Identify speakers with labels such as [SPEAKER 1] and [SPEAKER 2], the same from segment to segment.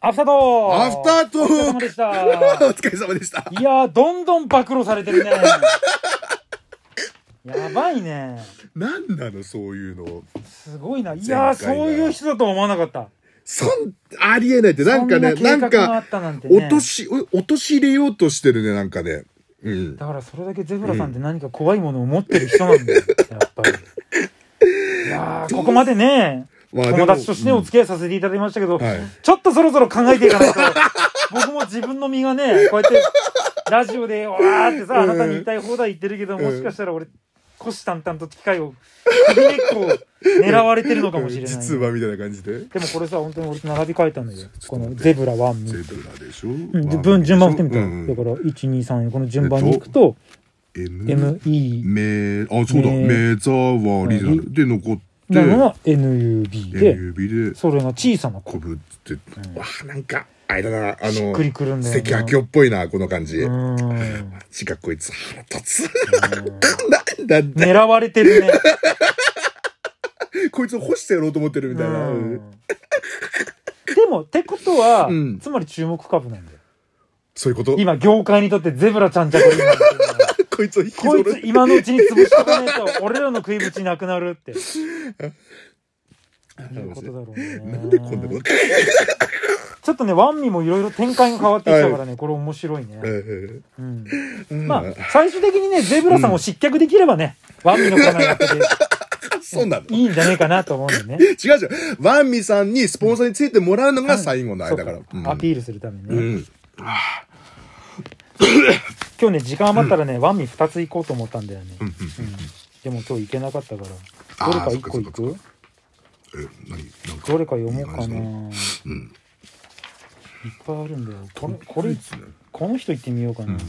[SPEAKER 1] アフタートー
[SPEAKER 2] アフタートー
[SPEAKER 1] お疲れ様でした。
[SPEAKER 2] お疲れ様でした。
[SPEAKER 1] いやー、どんどん暴露されてるね。やばいね。
[SPEAKER 2] なんなの、そういうの。
[SPEAKER 1] すごいな。いやー、そういう人だとは思わなかった。
[SPEAKER 2] ありえないって、なんかね、なんか、落とし入れようとしてるね、なんかね。うん。
[SPEAKER 1] だからそれだけゼブラさんって何か怖いものを持ってる人なんだよ、やっぱり。いやー、ここまでね、友達としてお付き合いさせていただきましたけど、ちょっとそろそろ考えていかないと、僕も自分の身がね、こうやってラジオでわーってさ、あなたに言いたい放題言ってるけど、もしかしたら俺、虎視眈々と機械を首根っこを狙われてるのかもしれない、ね。
[SPEAKER 2] 実はみたいな感じで。
[SPEAKER 1] でもこれさ、本当に俺並び替えたんだよ。このゼブラ1に。
[SPEAKER 2] ゼブラでしょ。
[SPEAKER 1] 順番振ってみた。だから1、2、3この順番に行くと
[SPEAKER 2] ME あ、そうだ、目障りで残って
[SPEAKER 1] なのは NUB で
[SPEAKER 2] NUB で
[SPEAKER 1] それが小さな
[SPEAKER 2] こぶってわあ、なんかあれだな、
[SPEAKER 1] しっくりくるんだよ。
[SPEAKER 2] 素敵明夫っぽいな、この感じ。マジかこいつ腹立つ。なんだ
[SPEAKER 1] 狙われてるね。
[SPEAKER 2] こいつを干してやろうと思ってるみたいな。
[SPEAKER 1] でもってことはつまり注目株なんだよ。
[SPEAKER 2] そういうこと。
[SPEAKER 1] 今業界にとってゼブラちゃんちゃこりになってる。
[SPEAKER 2] こいつ
[SPEAKER 1] 今のうちに潰しとかねえと俺らの食いぶちなくなるっていうことだろうね。
[SPEAKER 2] なんでこんなこと
[SPEAKER 1] ちょっとね、ワンミもいろいろ展開が変わってきたからね、これ面白いね。まあ最終的にね、ゼブラさんを失脚できればね、ワンミのコーナーやってて
[SPEAKER 2] そうなの
[SPEAKER 1] いいんじゃねえかなと思うんだよね。
[SPEAKER 2] 違う。ワンミさんにスポンサーについてもらうのが最後の間から
[SPEAKER 1] アピールするためにね。今日ね、時間余ったらね、ワンミ2つ行こうと思ったんだよね。でも今日行けなかったから、どれか1個行く？どれか読もうかな。いっぱいあるんだよ。これ、この人行ってみようかな。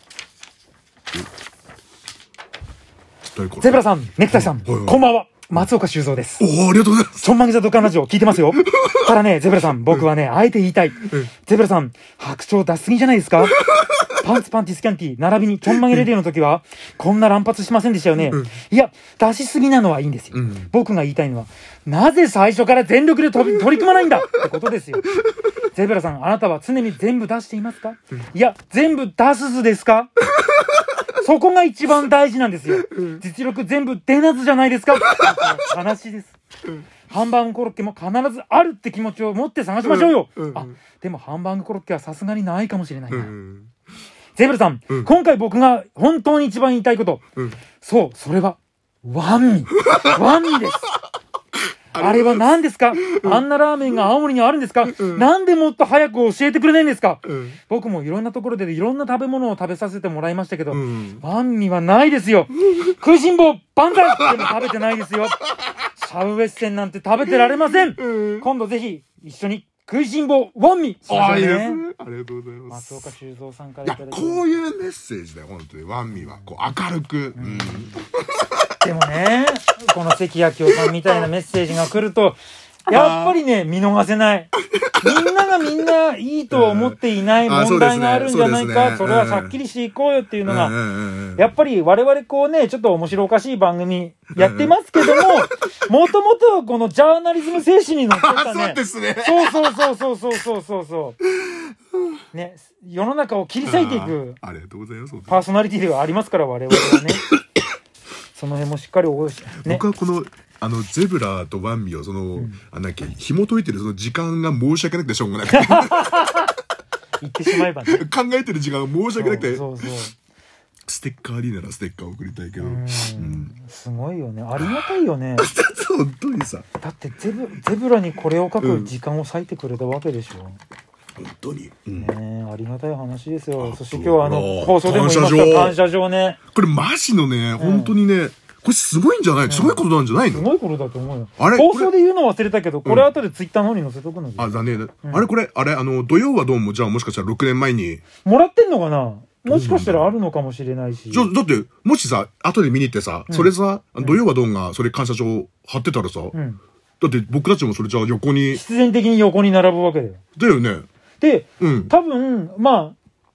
[SPEAKER 1] ゼブラさん、ネクタイさん、こんばんは。松岡修造です。
[SPEAKER 2] おお、ありがとうございます。
[SPEAKER 1] ちょんまげ座ドカンラジオ聞いてますよ。ただね、ゼブラさん、僕はね、あえて言いたい。ゼブラさん、白鳥出しすぎじゃないですか？パンティスキャンティ、並びにちょんまげレディオの時は、こんな乱発しませんでしたよね。いや、出しすぎなのはいいんですよ。僕が言いたいのは、なぜ最初から全力で取り組まないんだってことですよ。ゼブラさん、あなたは常に全部出していますか？いや、全部出すずですか？そこが一番大事なんですよ。実力全部出なずじゃないですか？話です。ハンバーグコロッケも必ずあるって気持ちを持って探しましょうよ。あ、でもハンバーグコロッケはさすがにないかもしれないな。ゼブラさん、今回僕が本当に一番言いたいこと。そう、それは、ワンミ。ワンミです。あれは何ですか？あんなラーメンが青森にはあるんですか？なんでもっと早く教えてくれないんですか？僕もいろんなところでいろんな食べ物を食べさせてもらいましたけど、ワンミはないですよ。食いしん坊万歳でも食べてないですよ。シャウエッセンなんて食べてられません。今度ぜひ一緒に食いしん坊ワンミしましょうね。
[SPEAKER 2] ありがとうございます。
[SPEAKER 1] 松岡修造さんからいただきます。
[SPEAKER 2] こういうメッセージだよ、本当に。ワンミはこう明るく。
[SPEAKER 1] でもね、この関明夫さんみたいなメッセージが来ると、やっぱりね、見逃せない。みんながみんないいと思っていない問題があるんじゃないか。それははっきりしていこうよっていうのが、やっぱり我々こうね、ちょっと面白おかしい番組やってますけども、もともとこのジャーナリズム精神に乗ってたね。
[SPEAKER 2] そうですね。
[SPEAKER 1] そう。ね、世の中を切り裂いていく
[SPEAKER 2] ありがとうございます。
[SPEAKER 1] パーソナリティではありますから、我々はね。その辺もしっかり覚えて、
[SPEAKER 2] ね、僕はこのゼブラとワンミを紐解いてるその時間が申し訳なくてしょうがなくて
[SPEAKER 1] 言ってしまえばね、
[SPEAKER 2] 考えてる時間が申し訳なくて、ステッカーリーならステッカー送りたいけど、
[SPEAKER 1] すごいよね、ありがたいよね。
[SPEAKER 2] 本当にさ、
[SPEAKER 1] だってゼブラにこれを書く時間を割いてくれたわけでしょ。
[SPEAKER 2] 本当に、
[SPEAKER 1] ありがたい話ですよ。そして今日は放送でも言いました感謝状ね。
[SPEAKER 2] これマジのね、本当にね、これすごいんじゃない？すごいことなんじゃないの？
[SPEAKER 1] すごいことだと思うよ。放送で言うの忘れたけど、これ後でツイッターの方に載せとくので。
[SPEAKER 2] あ、残念だ。土曜はどうも、じゃあもしかしたら6年前に
[SPEAKER 1] もらってんのかな？もしかしたらあるのかもしれないし。
[SPEAKER 2] だって、もしさ、後で見に行ってさ、それさ、土曜はどんがそれ感謝状貼ってたらさ、だって僕たちもそれじゃあ横に。
[SPEAKER 1] 必然的に横に並ぶわけだよ。
[SPEAKER 2] だよね。
[SPEAKER 1] で、多分、まあ、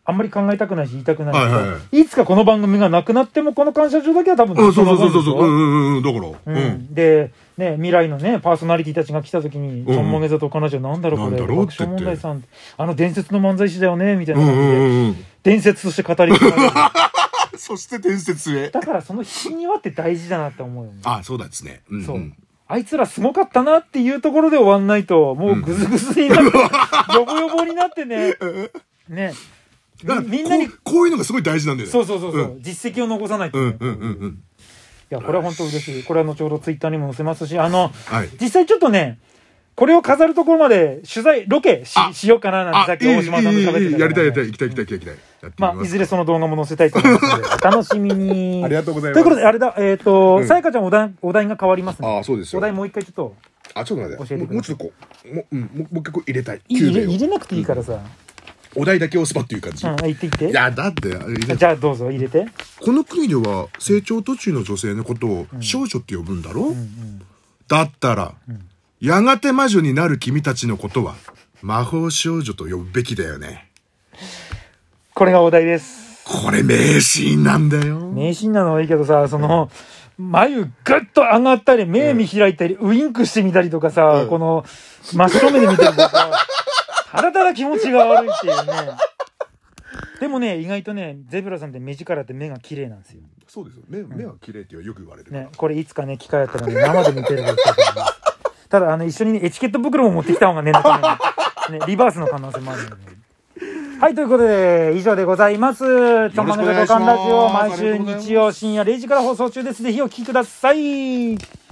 [SPEAKER 1] あんまり考えたくないし言いたくないけど、
[SPEAKER 2] はいはいはい、
[SPEAKER 1] いつかこの番組がなくなってもこの感謝状だけは多分
[SPEAKER 2] そうそうそうそう、だから、
[SPEAKER 1] でね、未来のねパーソナリティたちが来た時に、ちょんまげ座と彼女なんだろうこれ爆笑問題さん伝説の漫才師だよねみたいな感じで、伝説として語り継がれる
[SPEAKER 2] そして伝説へ。
[SPEAKER 1] だからその引き際って大事だなって思うよね。
[SPEAKER 2] あ、そうだですね。
[SPEAKER 1] そう。あいつらすごかったなっていうところで終わんないと、もうグズグズになって、ヨボヨボになってね。ね。みんなに
[SPEAKER 2] こういうのがすごい大事なんだよね。
[SPEAKER 1] そう、実績を残さないとね。いや、これは本当嬉しい。これは後ほどツイッターにも載せますし、実際ちょっとね、これを飾るところまでロケしようかななんてさっき大島さんと喋ってたから。
[SPEAKER 2] やりたい、行きたい。
[SPEAKER 1] いずれその動画も載せたいと思いますので、お楽しみに。
[SPEAKER 2] ありがとうございます。
[SPEAKER 1] ということで、あれだ、さやかちゃんお題が変わりますね。
[SPEAKER 2] あ、そうですよ。
[SPEAKER 1] お題もう一回ちょっと。
[SPEAKER 2] ちょっと待って。もうちょっとこう、もう一回こう入れたい。
[SPEAKER 1] 入れなくていいからさ。
[SPEAKER 2] お題だけ押すばっていう感じ。
[SPEAKER 1] 言って
[SPEAKER 2] いや、だって、
[SPEAKER 1] じゃあどうぞ入れて。
[SPEAKER 2] この国では成長途中の女性のことを少女って呼ぶんだろ？だったら、やがて魔女になる君たちのことは魔法少女と呼ぶべきだよね。
[SPEAKER 1] これがお題です。
[SPEAKER 2] これ名シーンなんだよ。
[SPEAKER 1] 名シーンなのはいいけどさ、眉グッと上がったり、目見開いたり、ウインクしてみたりとかさ、この真正面で見てるとさ、ただただ気持ちが悪いっていうね。でもね、意外とね、ゼブラさんって目力って目が綺麗なんですよ。
[SPEAKER 2] そうですよ。目は綺麗ってよく言われる。
[SPEAKER 1] ね、これいつかね、機会あったらね、生で見てるとただ一緒にね、エチケット袋も持ってきた方が念のために、ね、リバースの可能性もあるので。はい、ということで、以上でございます。ちょんまげ座交換ラジオ、毎週日曜深夜0時から放送中です。ぜひお聞きください。